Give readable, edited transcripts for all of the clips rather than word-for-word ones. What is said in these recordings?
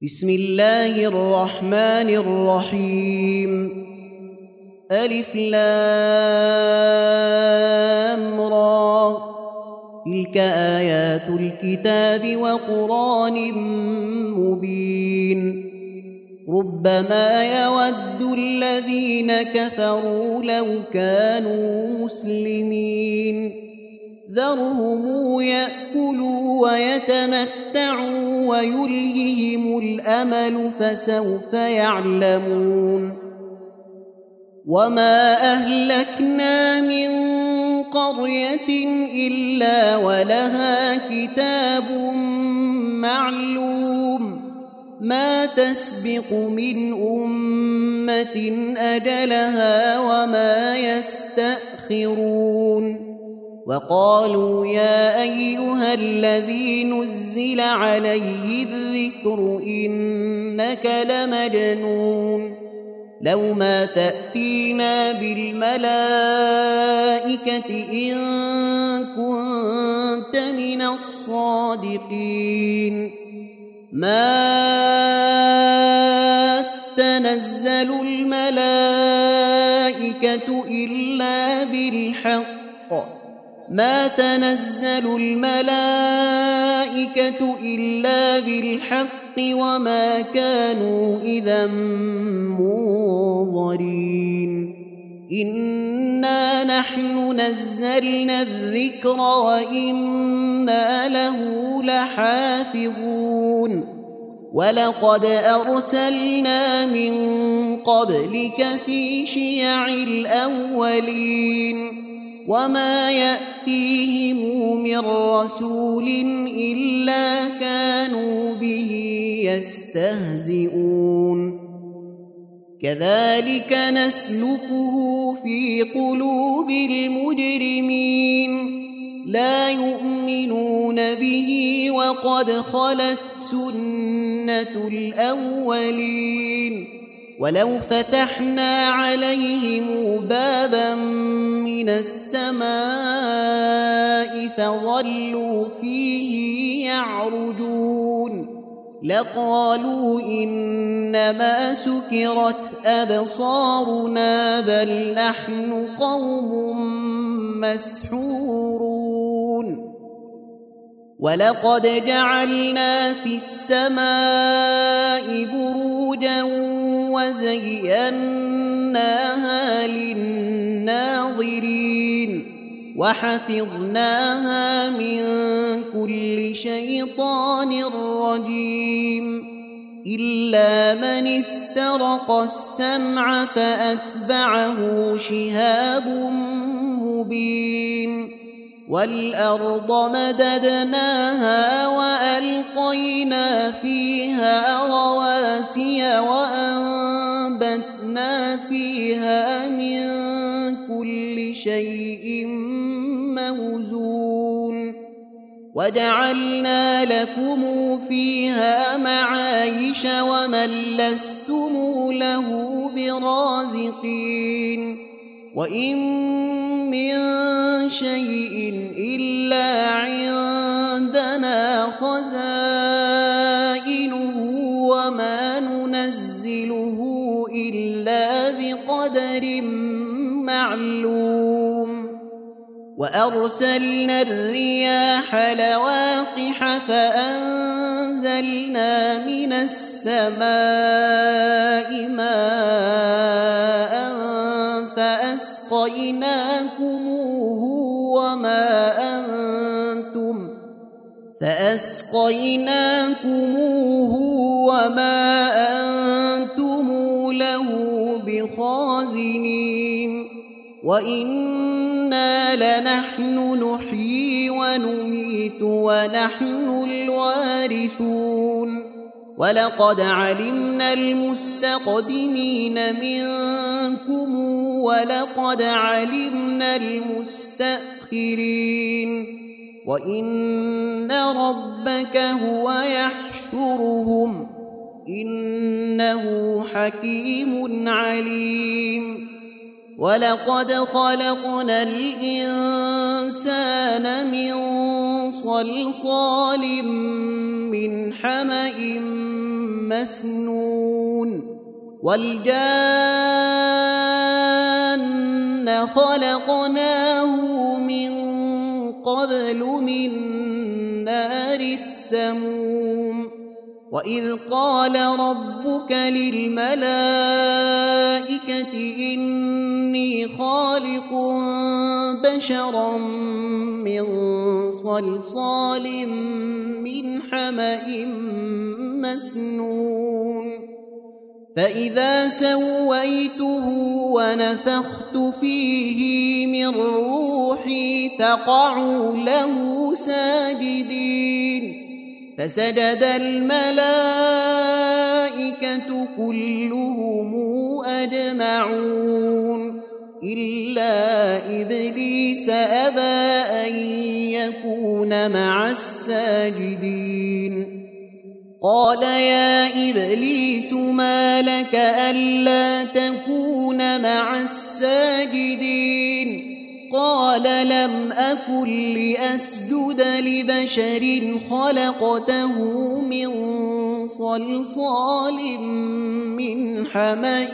بسم الله الرحمن الرحيم. ألف لام را، تلك آيات الكتاب وقرآن مبين. ربما يود الذين كفروا لو كانوا مسلمين. ذرهم يأكلوا ويتمتعوا ويلههم الأمل فسوف يعلمون. وما أهلكنا من قرية إلا ولها كتاب معلوم، ما تسبق من أمة أجلها وما يستأخرون. وقالوا يا أيها الذي نزل عليه الذكر إنك لمجنون، لو ما تأتينا بالملائكة إن كنت من الصادقين. ما تنزل الملائكة إلا بالحق، ما تنزل الملائكة إلا بالحق وما كانوا إذا منظرين. إنا نحن نزلنا الذكر وإنا له لحافظون. ولقد أرسلنا من قبلك في شيع الأولين، وما يأتيهم من رسول إلا كانوا به يستهزئون. كذلك نسلكه في قلوب المجرمين، لا يؤمنون به وقد خلت سنة الأولين. ولو فتحنا عليهم بابا من السماء فظلوا فيه يعرجون لقالوا إنما سكرت أبصارنا بل نحن قوم مسحورون. ولقد جعلنا في السماء بروجا وزيناها للناظرين وحفظناها من كل شيطان رجيم، إلا من استرق السمع فأتبعه شهاب مبين. والأرض مددناها وألقينا فيها رواسي وأنبتنا فيها من كل شيء موزون. وجعلنا لكم فيها معايش ومن لستم له برازقين. وإن من شيء إلا عندنا خزائنه وما ننزله إلا بقدر معلوم. وأرسلنا الرياح لواقح فأنزلنا من السماء ماء فأسقيناكموه وما أنتم له بخازنين. وإنا لنحن نحيي ونميت ونحن الوارثون. ولقد علمنا المستقدمين منكم ولقد علمنا المستأخرين. وإن ربك هو يحشرهم إنه حكيم عليم. ولقد خلقنا الإنسان من صلصال من حمأ مسنون والجان خلقناه من قبل من نار السموم وإذ قال ربك للملائكة إني خالق بشرا من صلصال من حمأ مسنون فإذا سويته ونفخت فيه من روحي فقعوا له ساجدين فسجد الملائكة كلهم أجمعون إلا إبليس أبى أن يكون مع الساجدين قال يا إبليس ما لك ألا تكون مع الساجدين قال لم أكن لأسجد لبشر خلقته من صلصال من حمأ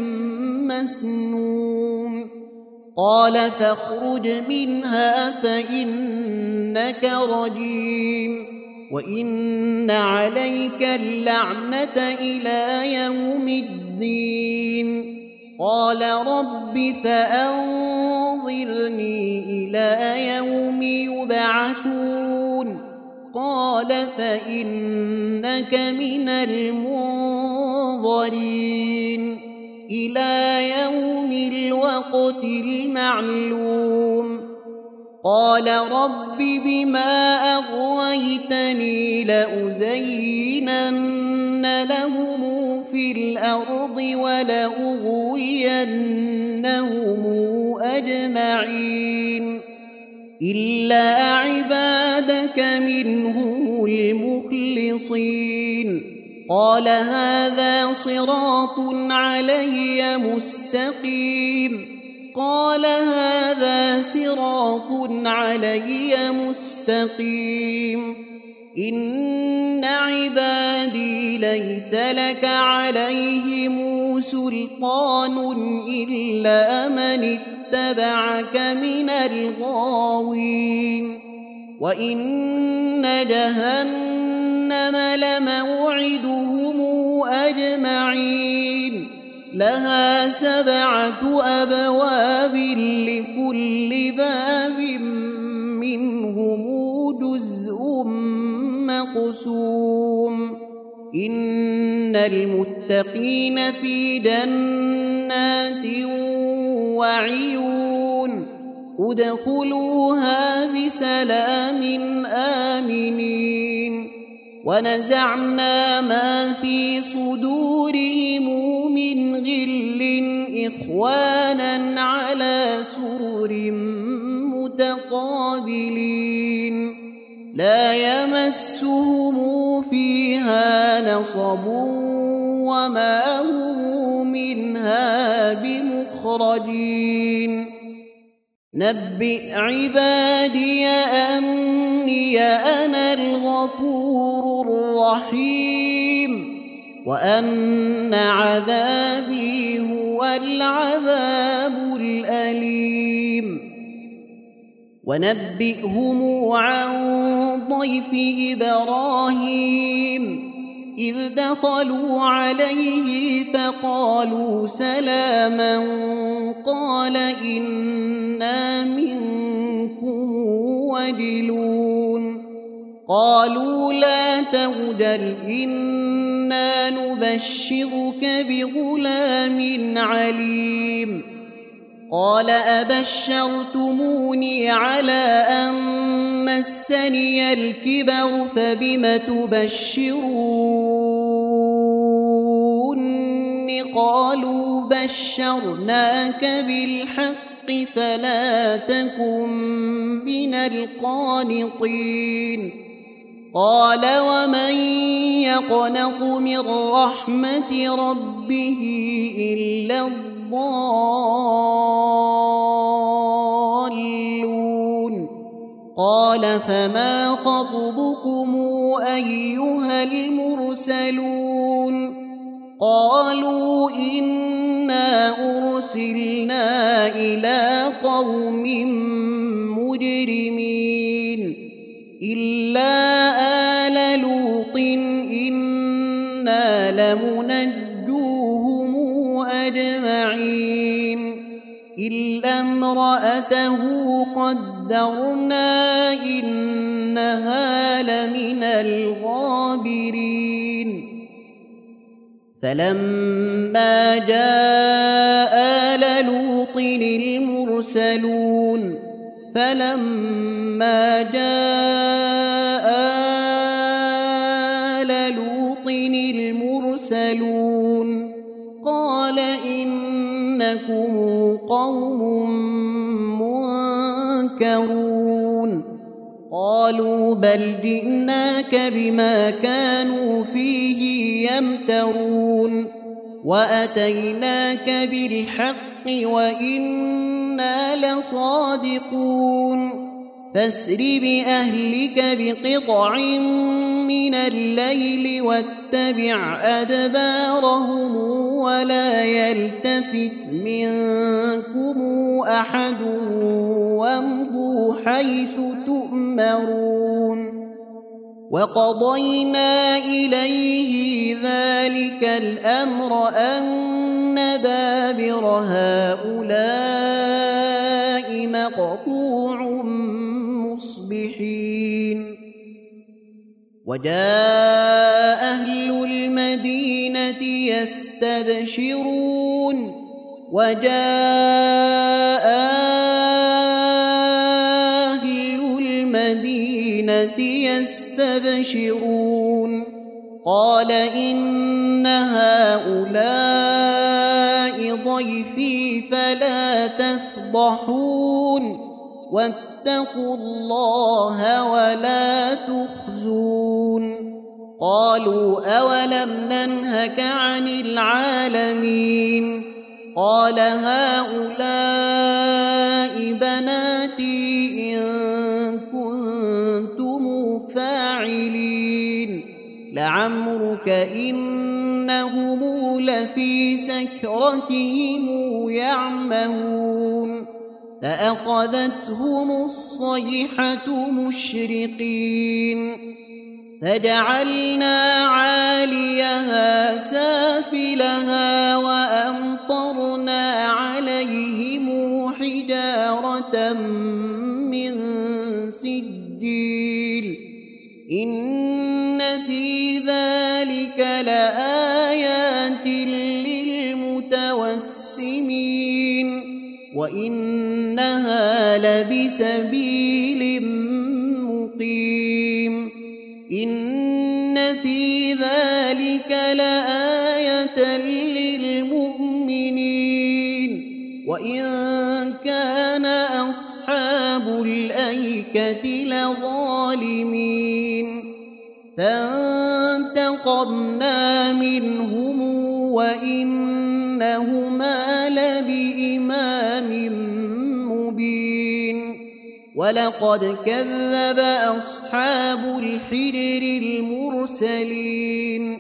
مسنون قال فاخرج منها فإنك رجيم وإن عليك اللعنة إلى يوم الدين قال رب فأنظرني إلى يوم يبعثون قال فإنك من المنظرين إلى يوم الوقت المعلوم قال رب بما أغويتني لأزينن لهم في الأرض ولأغوينهم أجمعين إلا عبادك منهم المخلصين قال هذا صراط علي مستقيم قال هذا صراط علي مستقيم إن عبادي ليس لك عليهم سلطان إلا من اتبعك من الغاوين وإن جهنم لموعدهم أجمعين لها 7 أبواب لكل باب منهم جزء مقسوم إن المتقين في جنات وعيون ادخلوها بسلام آمنين ونزعنا ما في صدورهم من غل إخوانا على سرر متقابلين لا يمسهم فيها نصب وما هم منها بمخرجين نبئ عبادي أني أنا الغفور الرحيم وأن عذابي هو العذاب الأليم ونبئهم عن ضيف إبراهيم إذ دخلوا عليه فقالوا سلاما قال إنا منكم وجلون قالوا لا توجل إنا نبشرك بغلام عليم قال أبشرتموني على أن مسني الكبر فبم تبشرون قالوا بشرناك بالحق فلا تكن من القانطين قال ومن يقنط من رحمة ربه إلا الضالون قال فما خطبكم أيها المرسلون قالوا إنا أرسلنا إلى قوم مجرمين إلا آل لوط إنا لمنجوهم أجمعين إلا امرأته قدرنا إنها لمن الغابرين فلما جاء آل لوط المرسلون قال إنكم قوم منكرون قالوا بل جئناك بما كانوا فيه يمترون وأتيناك بالحق وإنا لصادقون فاسر بأهلك بقطع من الليل واتبع أدبارهم ولا يلتفت منكم أحد وامضوا حيث تؤمرون وقضينا إليه ذلك الأمر أن دابر هؤلاء مقطوع مصبحين وجاء أهل المدينة يستبشرون قال إن هؤلاء ضيفي فلا تفضحون واتقوا الله ولا تخزون قالوا أولم ننهك عن العالمين قال هؤلاء بناتي إن كنتم فاعلين لعمرك إنهم لفي سكرتهم يعمهون فأخذتهم الصيحة مشرقين فجعلنا عاليها سافلها وأمطرنا عليهم حجارة من سجيل إن في ذلك لآيات للمتوسمين وإنها لبسبيل مقيم إن في ذلك لآية للمؤمنين وإن كان أصحاب الأيكة لظالمين فانتقمنا منهم وإنهما لبإمام مبين ولقد كذب أصحاب الحجر المرسلين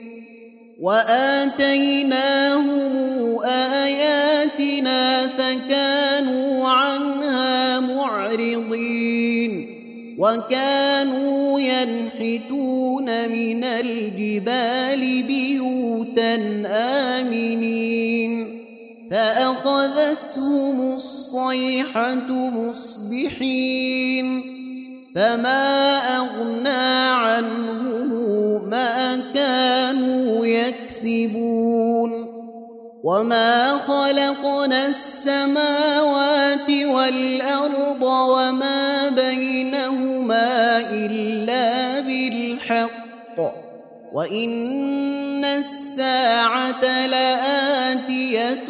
وآتيناهم آياتنا فكانوا عنها معرضين وكانوا ينحتون من الجبال بيوتا آمنين فأخذتهم الصيحة مصبحين فما أغنى عنهم ما كانوا يكسبون وما خلقنا السماوات والأرض وما بينهما إلا بالحق وإن الساعة لآتية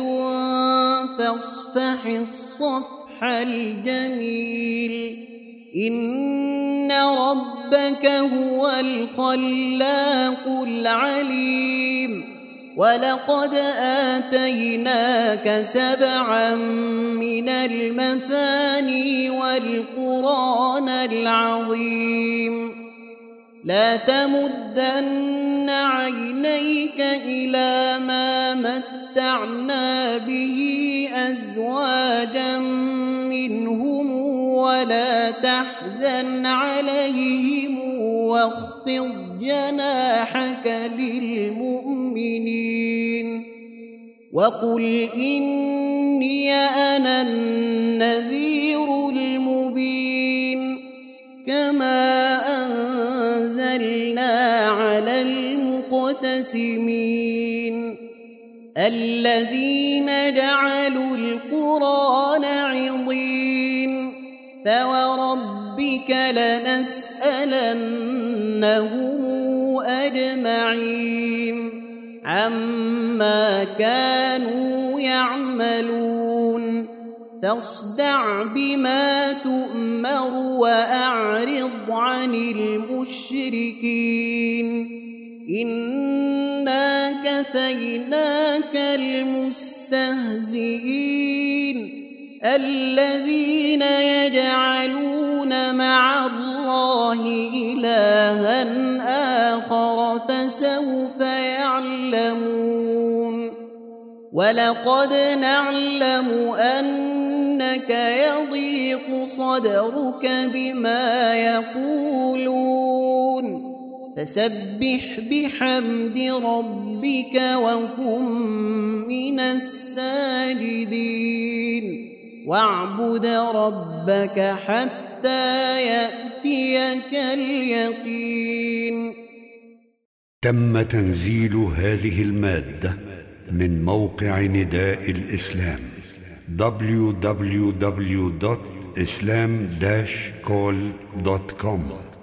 فاصفح الصفح الجميل إن ربك هو الخلاق العليم ولقد آتيناك 7 من المثاني والقرآن العظيم لا تمدن عينيك إلى ما متعنا به أزواجا منهم ولا تحزن عليهم واخفض جناحك للمؤمنين وقل إني أنا النذير المبين كما أنزلنا على المقتسمين الذين جعلوا القرآن عضين فوربك لنسألنهم أجمعين عما كانوا يعملون فاصدع بما تؤمر وأعرض عن المشركين إنا كفيناك المستهزئين الذين يجعلون مع الله إلها آخر فسوف يعلمون ولقد نعلم أنك يضيق صدرك بما يقولون فسبح بحمد ربك وكن من الساجدين واعبد ربك حتى يأتيك اليقين. تم تنزيل هذه المادة من موقع نداء الإسلام www.islam-call.com